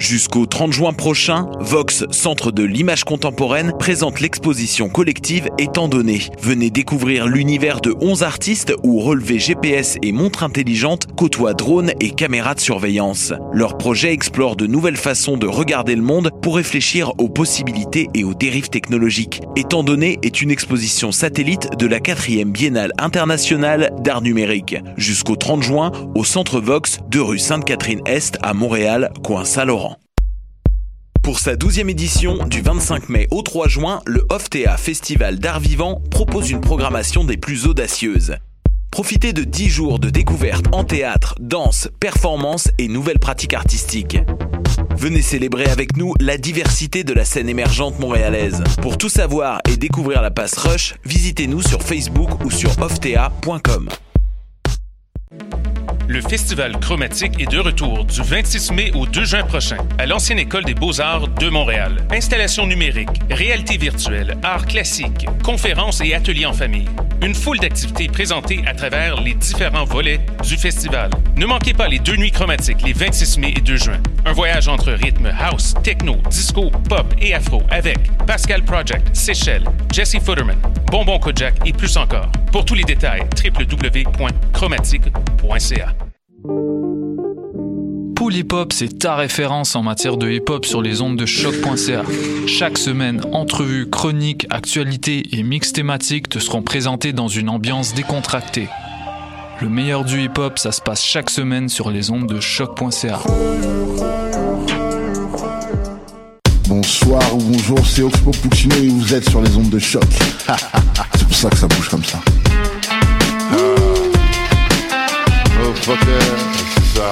Jusqu'au 30 juin prochain, Vox, Centre de l'image contemporaine, présente l'exposition collective Étant donné. Venez découvrir l'univers de 11 artistes où relevés GPS et montres intelligentes côtoient drones et caméras de surveillance. Leur projet explore de nouvelles façons de regarder le monde pour réfléchir aux possibilités et aux dérives technologiques. Étant donné est une exposition satellite de la 4e Biennale internationale d'art numérique. Jusqu'au 30 juin, au Centre Vox, 2 rue Sainte-Catherine-Est à Montréal, coin Saint-Laurent. Pour sa 12e édition, du 25 mai au 3 juin, le OFTEA Festival d'art vivant propose une programmation des plus audacieuses. Profitez de 10 jours de découvertes en théâtre, danse, performance et nouvelles pratiques artistiques. Venez célébrer avec nous la diversité de la scène émergente montréalaise. Pour tout savoir et découvrir la passe Rush, visitez-nous sur Facebook ou sur oftea.com. Le Festival Chromatique est de retour du 26 mai au 2 juin prochain à l'Ancienne École des Beaux-Arts de Montréal. Installations numériques, réalité virtuelle, arts classiques, conférences et ateliers en famille. Une foule d'activités présentées à travers les différents volets du festival. Ne manquez pas les 2 nuits chromatiques les 26 mai et 2 juin. Un voyage entre rythme house, techno, disco, pop et afro avec Pascal Project, Seychelles, Jesse Futterman, Bonbon Kojak et plus encore. Pour tous les détails, www.chromatique.ca. Pool Hip Hop, c'est ta référence en matière de hip hop sur les ondes de choc.ca. Chaque semaine, entrevues, chroniques, actualités et mix thématiques te seront présentés dans une ambiance décontractée. Le meilleur du hip hop, ça se passe chaque semaine sur les ondes de choc.ca. Bonsoir ou bonjour, c'est Oxpo Puccino et vous êtes sur les ondes de choc. C'est pour ça que ça bouge comme ça. Oh fucker, c'est ça.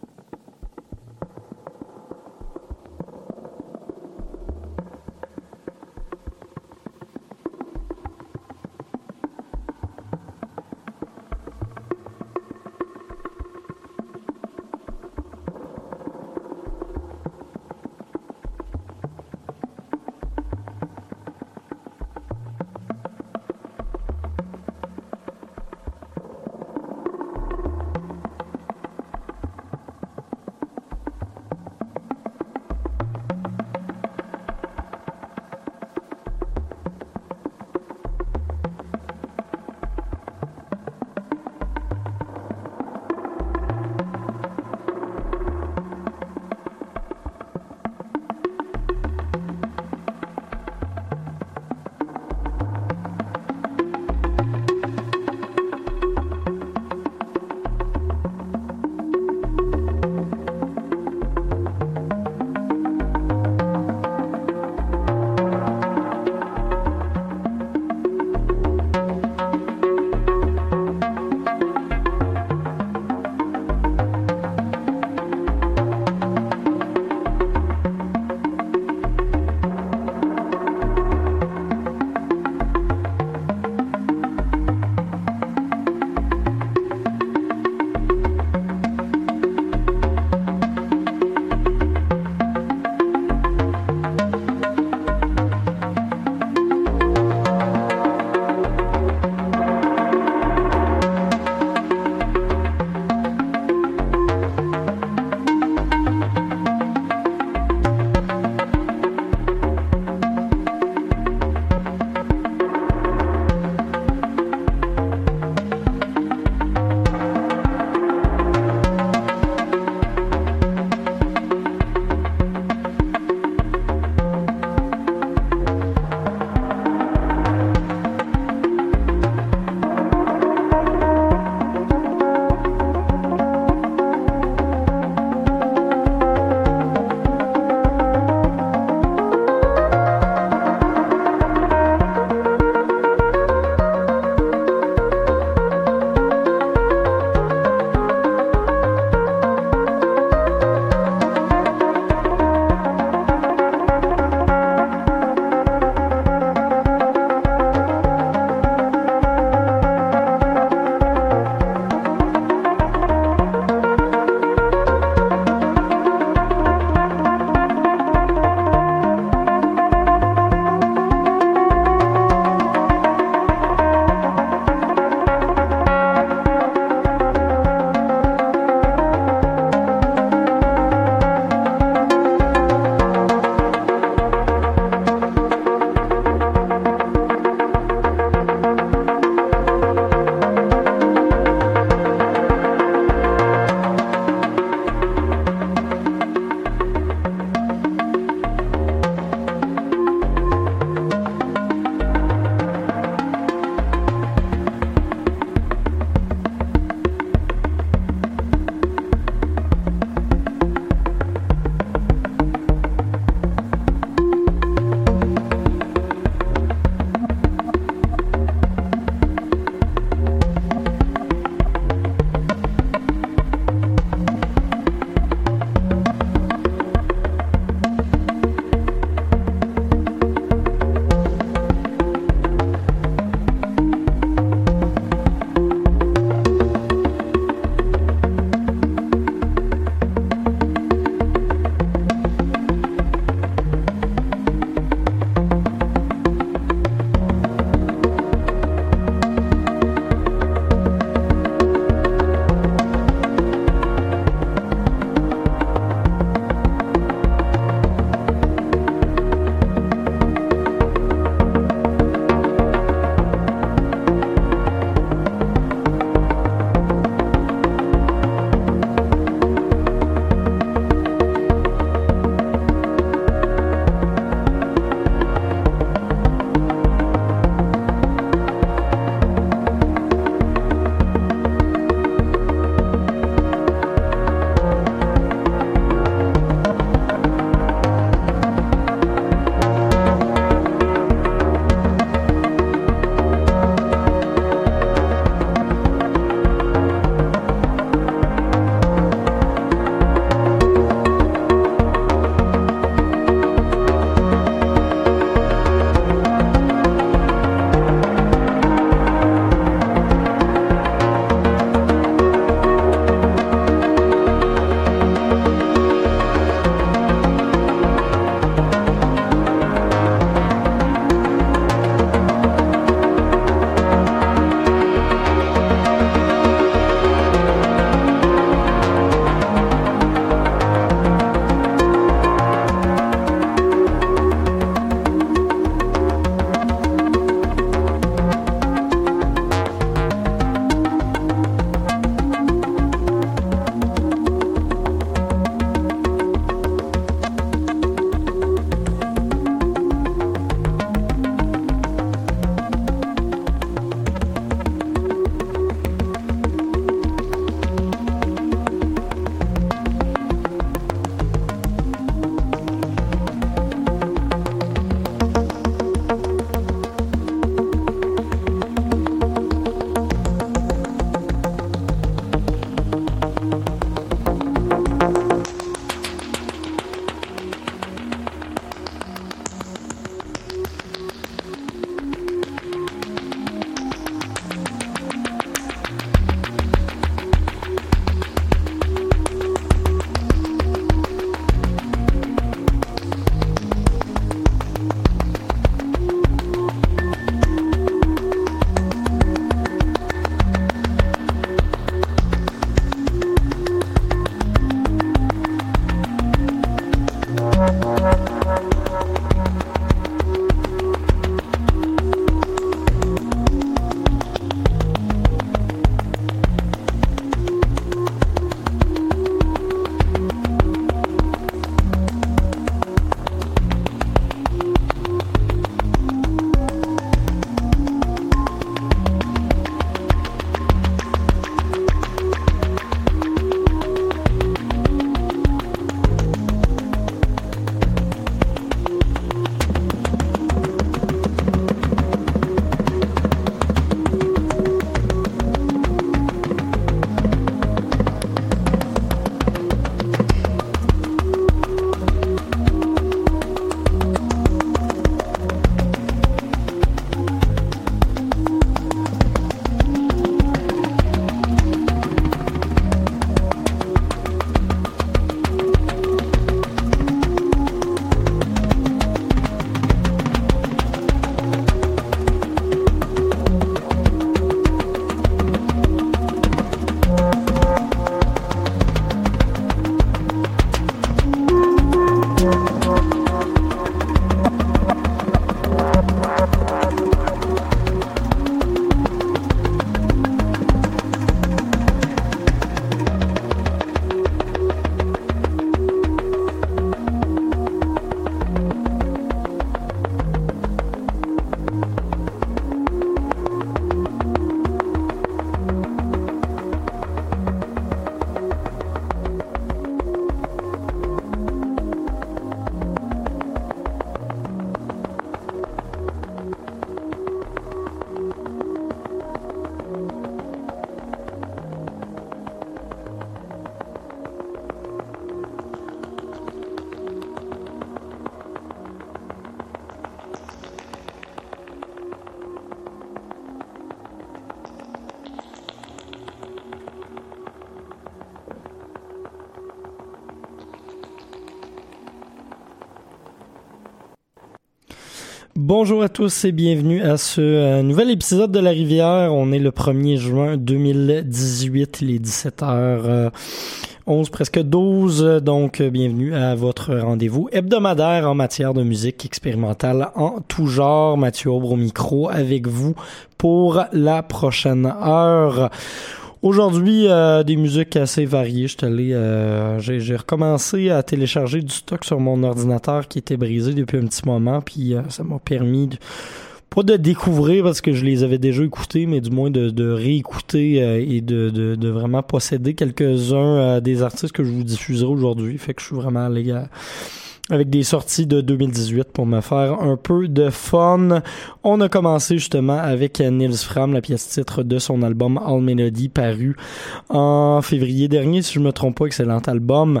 Bonjour à tous et bienvenue à ce nouvel épisode de La Rivière. On est le 1er juin 2018, il est 17h11, presque 12, donc bienvenue à votre rendez-vous hebdomadaire en matière de musique expérimentale en tout genre. Mathieu Aubre au micro avec vous pour la prochaine heure. Aujourd'hui, des musiques assez variées. J'ai recommencé à télécharger du stock sur mon ordinateur qui était brisé depuis un petit moment, puis ça m'a permis pas de découvrir parce que je les avais déjà écoutés, mais du moins de réécouter et de vraiment posséder quelques-uns des artistes que je vous diffuserai aujourd'hui. Fait que je suis vraiment allé avec des sorties de 2018 pour me faire un peu de fun. On a commencé justement avec Nils Frahm, la pièce titre de son album All Melody, paru en février dernier, si je me trompe pas, excellent album.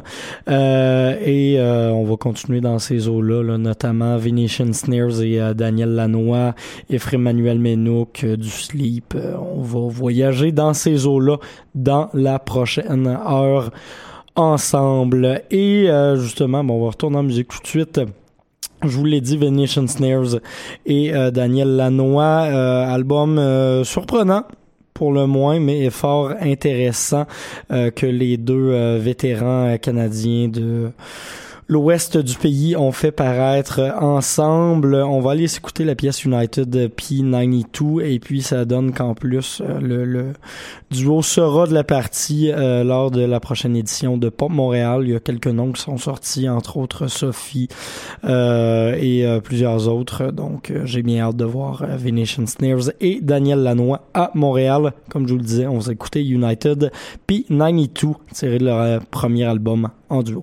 On va continuer dans ces eaux-là, notamment Venetian Snares et Daniel Lanois, Ephraim Manuel Ménouk du Sleep. On va voyager dans ces eaux-là dans la prochaine heure ensemble. Et justement, on va retourner en musique tout de suite. Je vous l'ai dit, Venetian Snares et Daniel Lanois, album surprenant pour le moins, mais fort intéressant que les deux vétérans canadiens de l'ouest du pays ont fait paraître ensemble. On va aller s'écouter la pièce United P92 et puis ça donne qu'en plus le duo sera de la partie lors de la prochaine édition de Pop Montréal. Il y a quelques noms qui sont sortis, entre autres Sophie et plusieurs autres. Donc j'ai bien hâte de voir Venetian Snares et Daniel Lanois à Montréal. Comme je vous le disais, on va écouter United P92 tiré de leur premier album en duo.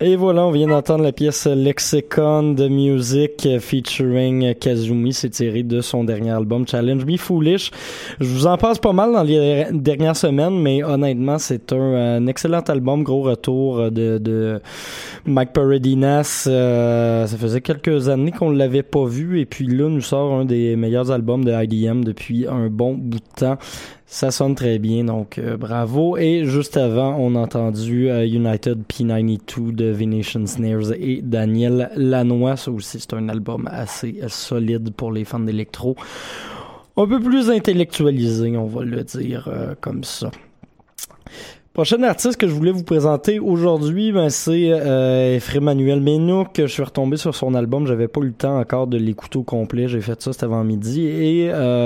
Et voilà, on vient d'entendre la pièce Lexicon de Music featuring Kazumi. C'est tiré de son dernier album Challenge Me Foolish. Je vous en passe pas mal dans les dernières semaines, mais honnêtement, c'est un excellent album. Gros retour de Mike Paradinas. Ça faisait quelques années qu'on ne l'avait pas vu, et puis là, nous sort un des meilleurs albums de IDM depuis un bon bout de temps. Ça sonne très bien, donc bravo. Et juste avant, on a entendu United P92 de Venetian Snares et Daniel Lanois. Ça aussi, c'est un album assez solide pour les fans d'électro. Un peu plus intellectualisé, on va le dire comme ça. Prochain artiste que je voulais vous présenter aujourd'hui, c'est Ephrem-Manuel Ménouk. Je suis retombé sur son album, j'avais pas eu le temps encore de l'écouter au complet, j'ai fait ça cet avant-midi, et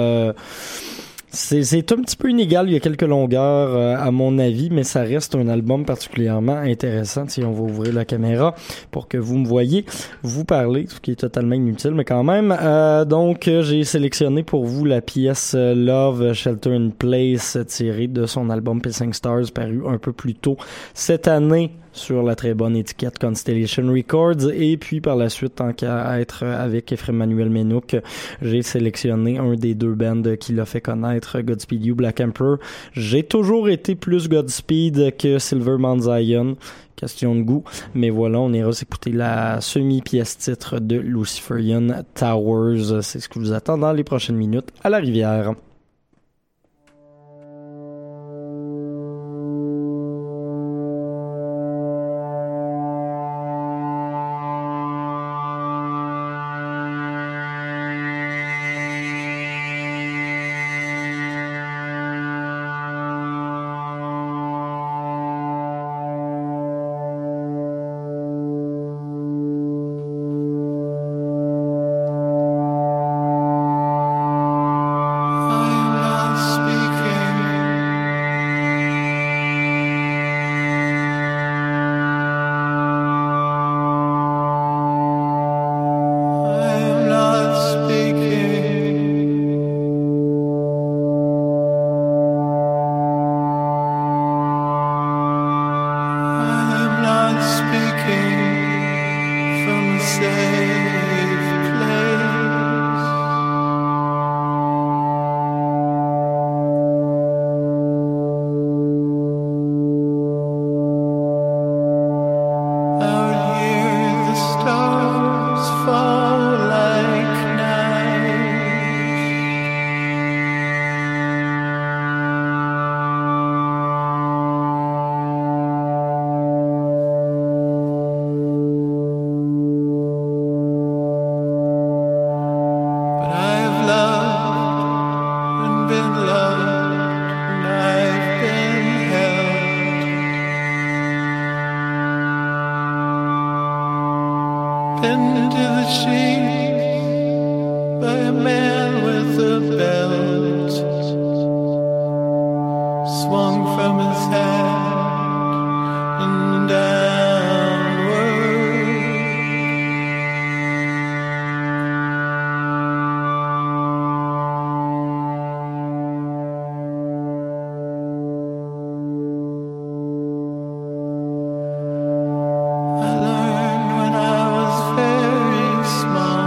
c'est un petit peu inégal, il y a quelques longueurs à mon avis, mais ça reste un album particulièrement intéressant. Si on va ouvrir la caméra pour que vous me voyez, vous parler, ce qui est totalement inutile, mais quand même. Donc, j'ai sélectionné pour vous la pièce Love, Shelter in Place, tirée de son album Pissing Stars, paru un peu plus tôt cette année sur la très bonne étiquette Constellation Records. Et puis par la suite, tant qu'à être avec Ephrem-Manuel Ménouk, j'ai sélectionné un des deux bands qui l'a fait connaître, Godspeed You, Black Emperor. J'ai toujours été plus Godspeed que Silver Mount Zion, question de goût, mais voilà, on ira s'écouter la semi-pièce titre de Luciferian Towers. C'est ce que vous attend dans les prochaines minutes à la rivière. I learned when I was very small.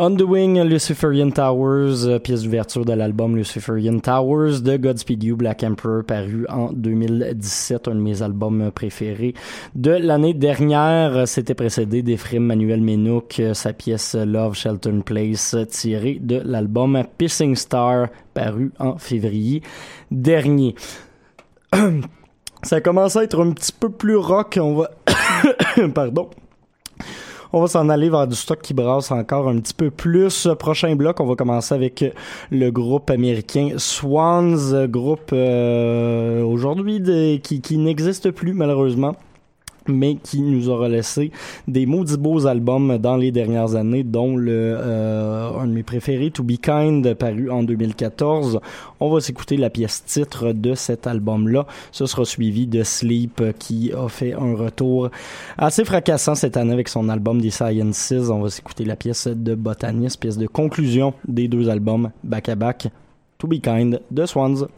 On the Wing, Luciferian Towers, pièce d'ouverture de l'album Luciferian Towers de Godspeed You, Black Emperor, paru en 2017, un de mes albums préférés de l'année dernière. C'était précédé d'Ephraim Manuel Ménouk, sa pièce Love Shelter Place, tirée de l'album Pissing Star, paru en février dernier. Ça commence à être un petit peu plus rock, on va... Pardon. On va s'en aller vers du stock qui brasse encore un petit peu plus. Prochain bloc, on va commencer avec le groupe américain Swans, groupe aujourd'hui qui n'existe plus malheureusement, mais qui nous aura laissé des maudits beaux albums dans les dernières années, dont un de mes préférés, To Be Kind, paru en 2014. On va s'écouter la pièce titre de cet album-là. Ce sera suivi de Sleep, qui a fait un retour assez fracassant cette année avec son album des Sciences. On va s'écouter la pièce de Botanist, pièce de conclusion des deux albums back à back. To Be Kind de Swans.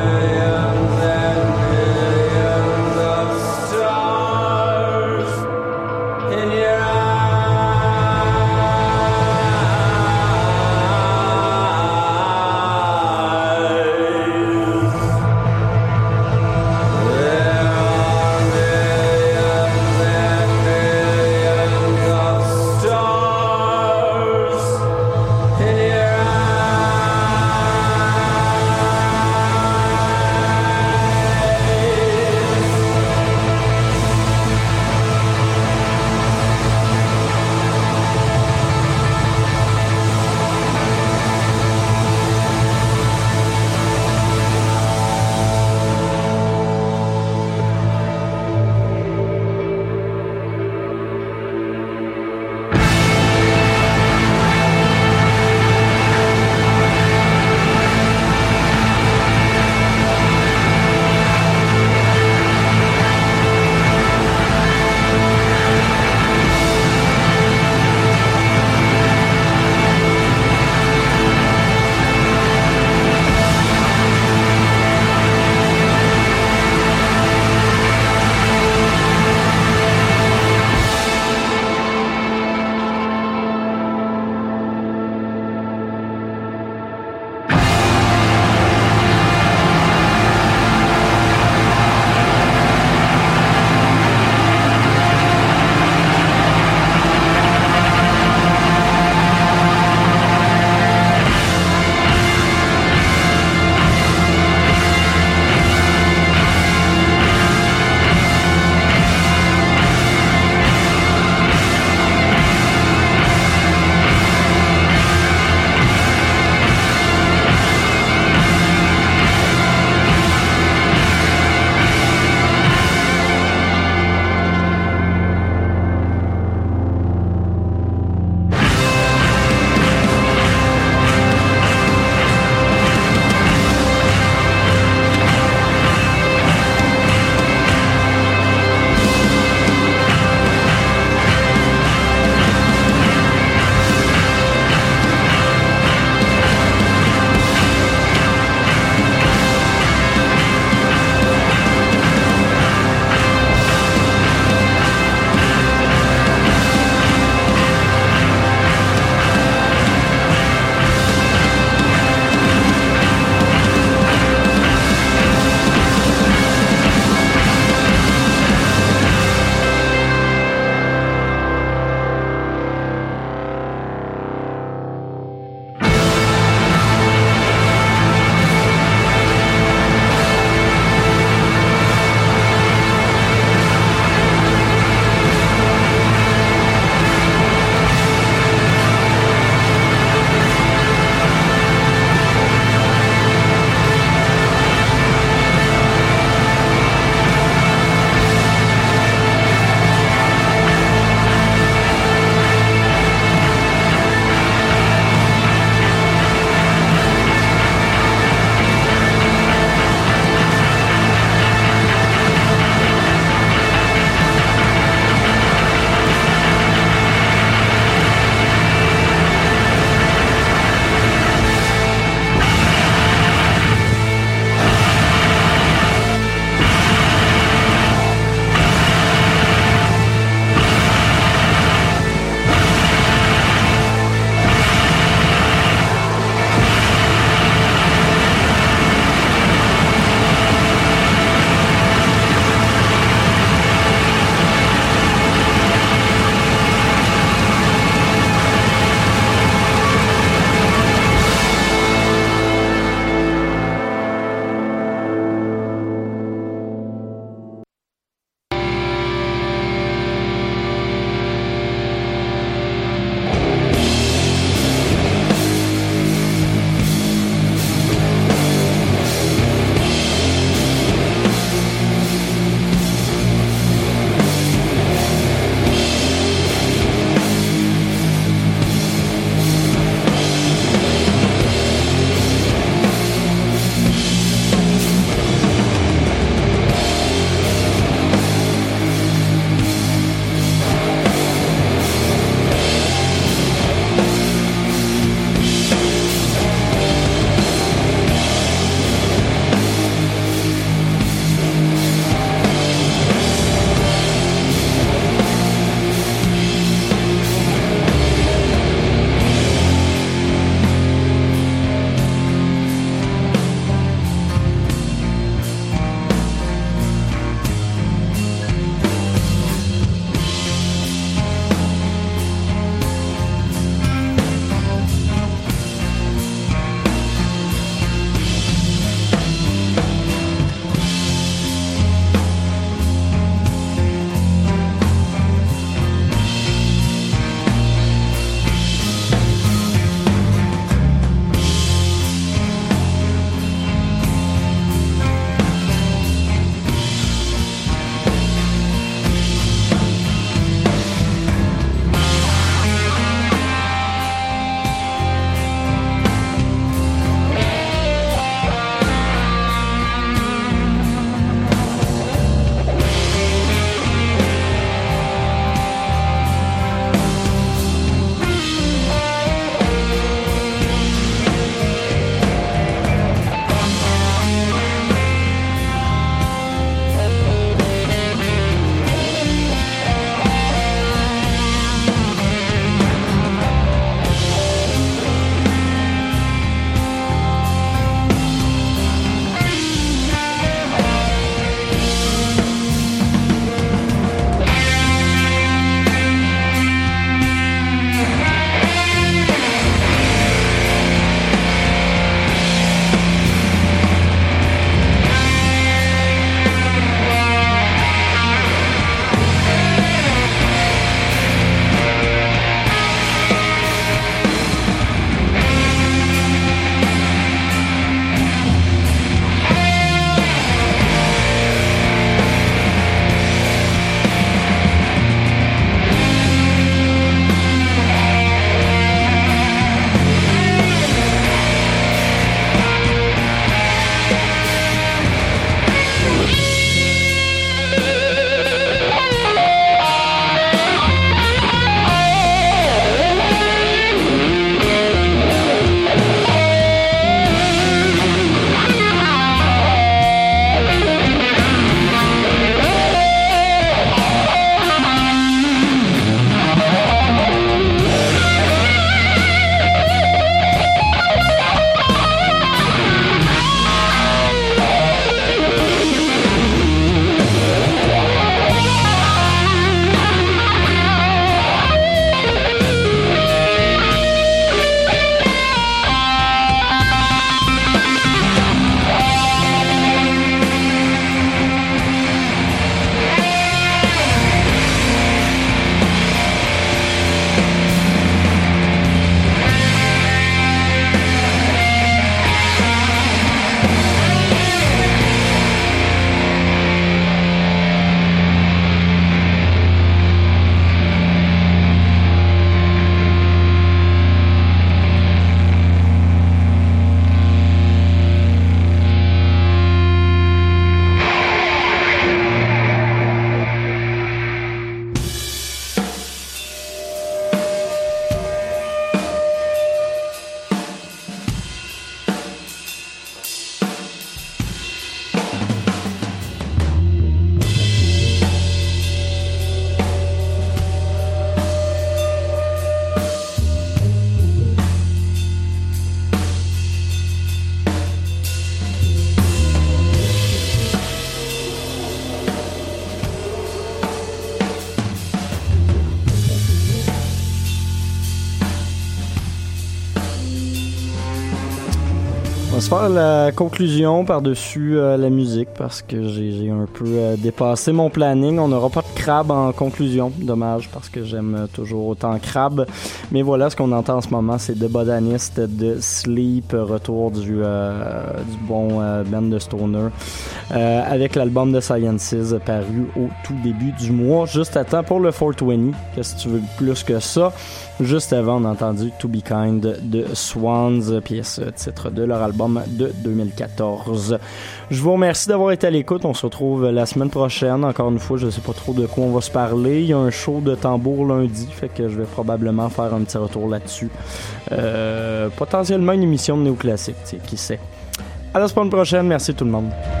On va se faire la conclusion par-dessus la musique parce que j'ai un peu dépassé mon planning. On n'aura pas de crabe en conclusion. Dommage parce que j'aime toujours autant crabe. Mais voilà, ce qu'on entend en ce moment, c'est The Botanist de Sleep, retour du bon band de Stoner, avec l'album de Sciences paru au tout début du mois, juste à temps pour le 420. Qu'est-ce que tu veux plus que ça? Juste avant, on a entendu To Be Kind de Swans, pièce titre de leur album de 2014. Je vous remercie d'avoir été à l'écoute. On se retrouve la semaine prochaine. Encore une fois, je ne sais pas trop de quoi on va se parler. Il y a un show de tambour lundi, fait que je vais probablement faire un petit retour là-dessus. Potentiellement une émission de néoclassique, qui sait. À la semaine prochaine. Merci tout le monde.